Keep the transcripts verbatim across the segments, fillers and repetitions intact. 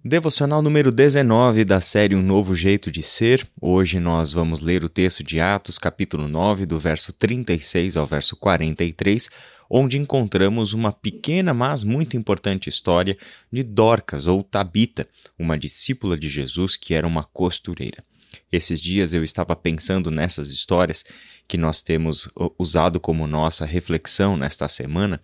Devocional número dezenove da série Um Novo Jeito de Ser. Hoje nós vamos ler o texto de Atos, capítulo nove, do verso trinta e seis ao verso quarenta e três, onde encontramos uma pequena, mas muito importante história de Dorcas, ou Tabita, uma discípula de Jesus que era uma costureira. Esses dias eu estava pensando nessas histórias que nós temos usado como nossa reflexão nesta semana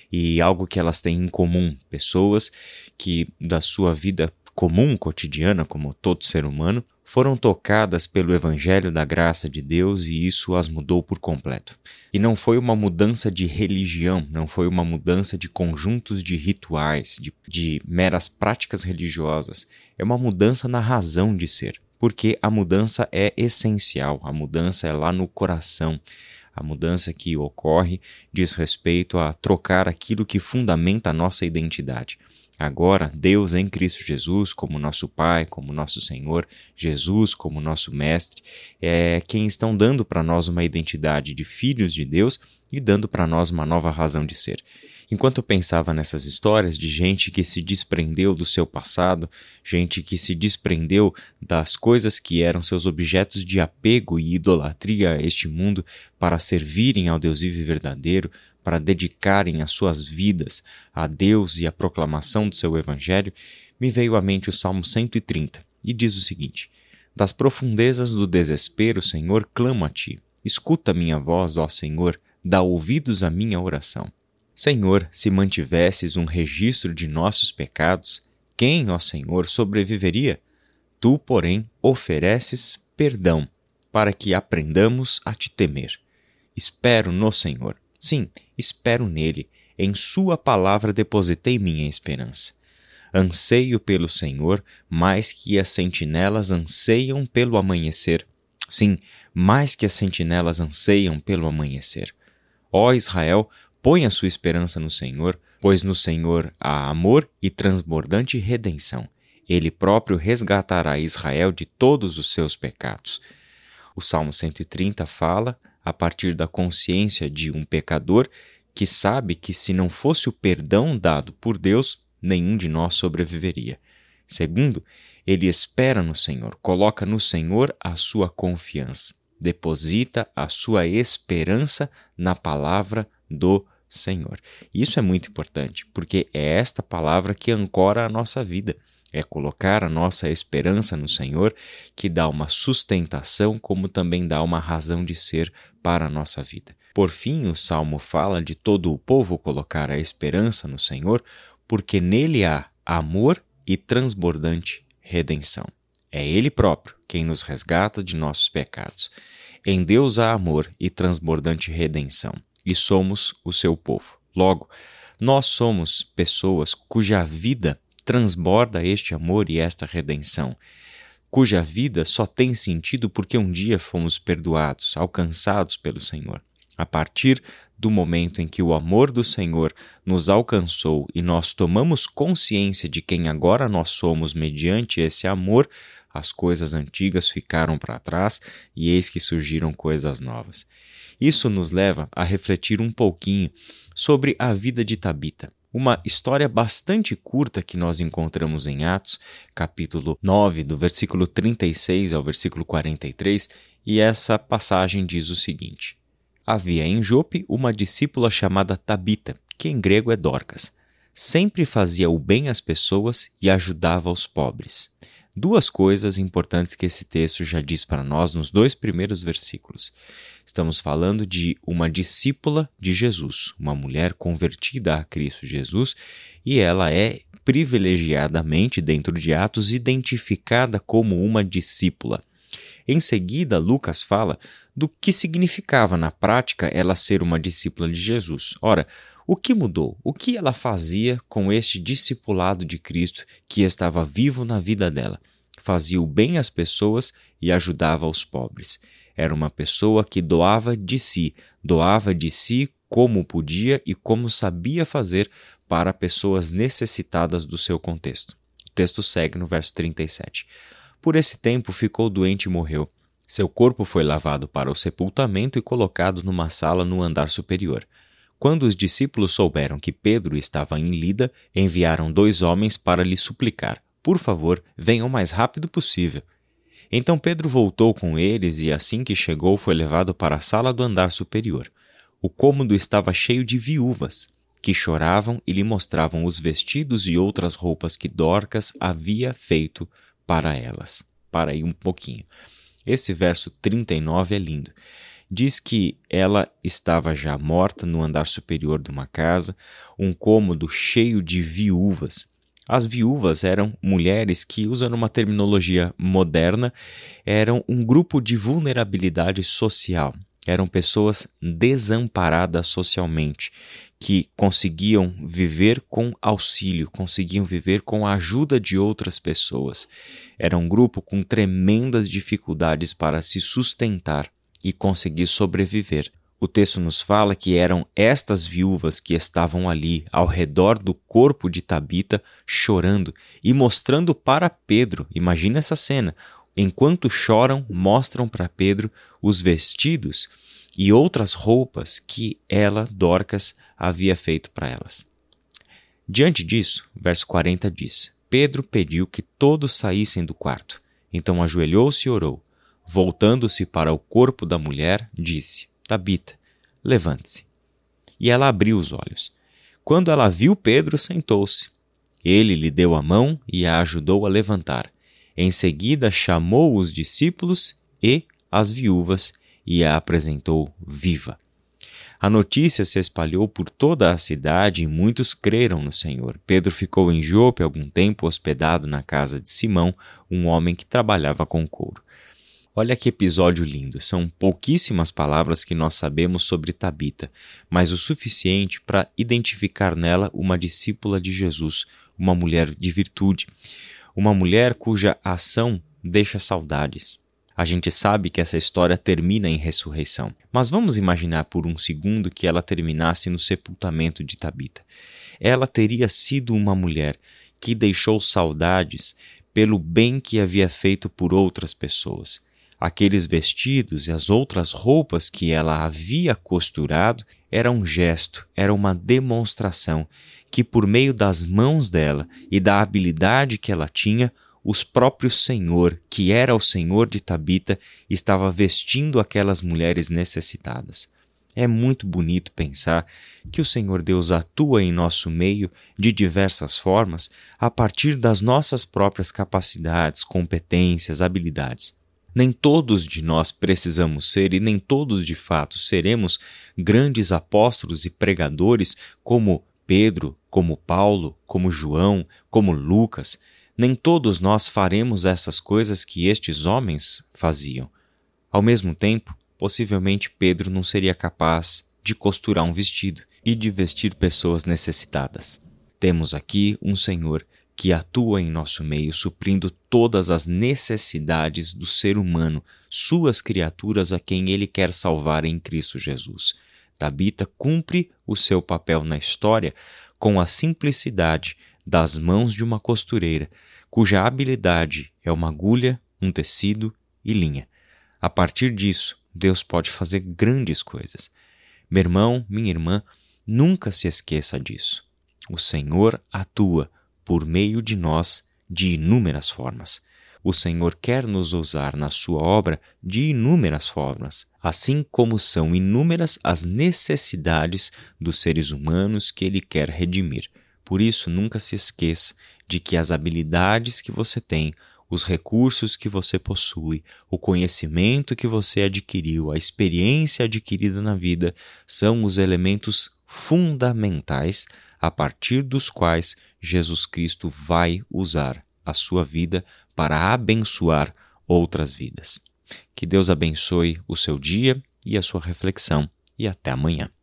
e algo que elas têm em comum, pessoas que da sua vida comum, cotidiana, como todo ser humano, foram tocadas pelo Evangelho da graça de Deus e isso as mudou por completo. E não foi uma mudança de religião, não foi uma mudança de conjuntos de rituais, de, de meras práticas religiosas, é uma mudança na razão de ser. Porque a mudança é essencial, a mudança é lá no coração. A mudança que ocorre diz respeito a trocar aquilo que fundamenta a nossa identidade. Agora, Deus em Cristo Jesus, como nosso Pai, como nosso Senhor, Jesus como nosso Mestre, é quem estão dando para nós uma identidade de filhos de Deus e dando para nós uma nova razão de ser. Enquanto eu pensava nessas histórias de gente que se desprendeu do seu passado, gente que se desprendeu das coisas que eram seus objetos de apego e idolatria a este mundo para servirem ao Deus vivo e verdadeiro, para dedicarem as suas vidas a Deus e à proclamação do seu Evangelho, me veio à mente o Salmo cento e trinta e diz o seguinte: Das profundezas do desespero, Senhor, clamo a Ti. Escuta minha voz, ó Senhor, dá ouvidos à minha oração. Senhor, se mantivesses um registro de nossos pecados, quem, ó Senhor, sobreviveria? Tu, porém, ofereces perdão, para que aprendamos a te temer. Espero no Senhor. Sim, espero nele. Em sua palavra depositei minha esperança. Anseio pelo Senhor, mais que as sentinelas anseiam pelo amanhecer. Sim, mais que as sentinelas anseiam pelo amanhecer. Ó Israel, põe a sua esperança no Senhor, pois no Senhor há amor e transbordante redenção. Ele próprio resgatará Israel de todos os seus pecados. O Salmo cento e trinta fala a partir da consciência de um pecador que sabe que se não fosse o perdão dado por Deus, nenhum de nós sobreviveria. Segundo, ele espera no Senhor, coloca no Senhor a sua confiança, deposita a sua esperança na palavra do Senhor. Isso é muito importante, porque é esta palavra que ancora a nossa vida. É colocar a nossa esperança no Senhor que dá uma sustentação, como também dá uma razão de ser para a nossa vida. Por fim, o Salmo fala de todo o povo colocar a esperança no Senhor, porque nele há amor e transbordante redenção. É Ele próprio quem nos resgata de nossos pecados. Em Deus há amor e transbordante redenção, e somos o seu povo. Logo, nós somos pessoas cuja vida transborda este amor e esta redenção, cuja vida só tem sentido porque um dia fomos perdoados, alcançados pelo Senhor. A partir do momento em que o amor do Senhor nos alcançou e nós tomamos consciência de quem agora nós somos mediante esse amor, as coisas antigas ficaram para trás e eis que surgiram coisas novas. Isso nos leva a refletir um pouquinho sobre a vida de Tabita. Uma história bastante curta que nós encontramos em Atos, capítulo nove, do versículo trinta e seis ao versículo quarenta e três, e essa passagem diz o seguinte: Havia em Jope uma discípula chamada Tabita, que em grego é Dorcas. Sempre fazia o bem às pessoas e ajudava os pobres. Duas coisas importantes que esse texto já diz para nós nos dois primeiros versículos. Estamos falando de uma discípula de Jesus, uma mulher convertida a Cristo Jesus, e ela é privilegiadamente, dentro de Atos, identificada como uma discípula. Em seguida, Lucas fala do que significava na prática ela ser uma discípula de Jesus. Ora, o que mudou? O que ela fazia com este discipulado de Cristo que estava vivo na vida dela? Fazia o bem às pessoas e ajudava os pobres. Era uma pessoa que doava de si, doava de si como podia e como sabia fazer para pessoas necessitadas do seu contexto. O texto segue no verso trinta e sete. Por esse tempo ficou doente e morreu. Seu corpo foi lavado para o sepultamento e colocado numa sala no andar superior. Quando os discípulos souberam que Pedro estava em Lida, enviaram dois homens para lhe suplicar: Por favor, venham o mais rápido possível. Então Pedro voltou com eles e, assim que chegou, foi levado para a sala do andar superior. O cômodo estava cheio de viúvas, que choravam e lhe mostravam os vestidos e outras roupas que Dorcas havia feito para elas. Para aí um pouquinho. Esse verso trinta e nove é lindo. Diz que ela estava já morta no andar superior de uma casa, um cômodo cheio de viúvas. As viúvas eram mulheres que, usando uma terminologia moderna, eram um grupo de vulnerabilidade social. Eram pessoas desamparadas socialmente, que conseguiam viver com auxílio, conseguiam viver com a ajuda de outras pessoas. Era um grupo com tremendas dificuldades para se sustentar e conseguir sobreviver. O texto nos fala que eram estas viúvas que estavam ali ao redor do corpo de Tabita, chorando e mostrando para Pedro. Imagina essa cena. Enquanto choram, mostram para Pedro os vestidos e outras roupas que ela, Dorcas, havia feito para elas. Diante disso, verso quarenta diz: Pedro pediu que todos saíssem do quarto. Então ajoelhou-se e orou. Voltando-se para o corpo da mulher, disse: Tabita, levante-se. E ela abriu os olhos. Quando ela viu Pedro, sentou-se. Ele lhe deu a mão e a ajudou a levantar. Em seguida, chamou os discípulos e as viúvas e a apresentou viva. A notícia se espalhou por toda a cidade e muitos creram no Senhor. Pedro ficou em Jope algum tempo hospedado na casa de Simão, um homem que trabalhava com couro. Olha que episódio lindo. São pouquíssimas palavras que nós sabemos sobre Tabita, mas o suficiente para identificar nela uma discípula de Jesus, uma mulher de virtude, uma mulher cuja ação deixa saudades. A gente sabe que essa história termina em ressurreição, mas vamos imaginar por um segundo que ela terminasse no sepultamento de Tabita. Ela teria sido uma mulher que deixou saudades pelo bem que havia feito por outras pessoas. Aqueles vestidos e as outras roupas que ela havia costurado era um gesto, era uma demonstração que, por meio das mãos dela e da habilidade que ela tinha, os próprios Senhor, que era o Senhor de Tabita, estava vestindo aquelas mulheres necessitadas. É muito bonito pensar que o Senhor Deus atua em nosso meio de diversas formas a partir das nossas próprias capacidades, competências, habilidades. Nem todos de nós precisamos ser e nem todos de fato seremos grandes apóstolos e pregadores como Pedro, como Paulo, como João, como Lucas. Nem todos nós faremos essas coisas que estes homens faziam. Ao mesmo tempo, possivelmente Pedro não seria capaz de costurar um vestido e de vestir pessoas necessitadas. Temos aqui um Senhor que atua em nosso meio, suprindo todas as necessidades do ser humano, suas criaturas a quem Ele quer salvar em Cristo Jesus. Tabita cumpre o seu papel na história com a simplicidade das mãos de uma costureira, cuja habilidade é uma agulha, um tecido e linha. A partir disso, Deus pode fazer grandes coisas. Meu irmão, minha irmã, nunca se esqueça disso. O Senhor atua por meio de nós de inúmeras formas. O Senhor quer nos usar na sua obra de inúmeras formas, assim como são inúmeras as necessidades dos seres humanos que Ele quer redimir. Por isso, nunca se esqueça de que as habilidades que você tem, os recursos que você possui, o conhecimento que você adquiriu, a experiência adquirida na vida, são os elementos fundamentais a partir dos quais Jesus Cristo vai usar a sua vida para abençoar outras vidas. Que Deus abençoe o seu dia e a sua reflexão, e até amanhã.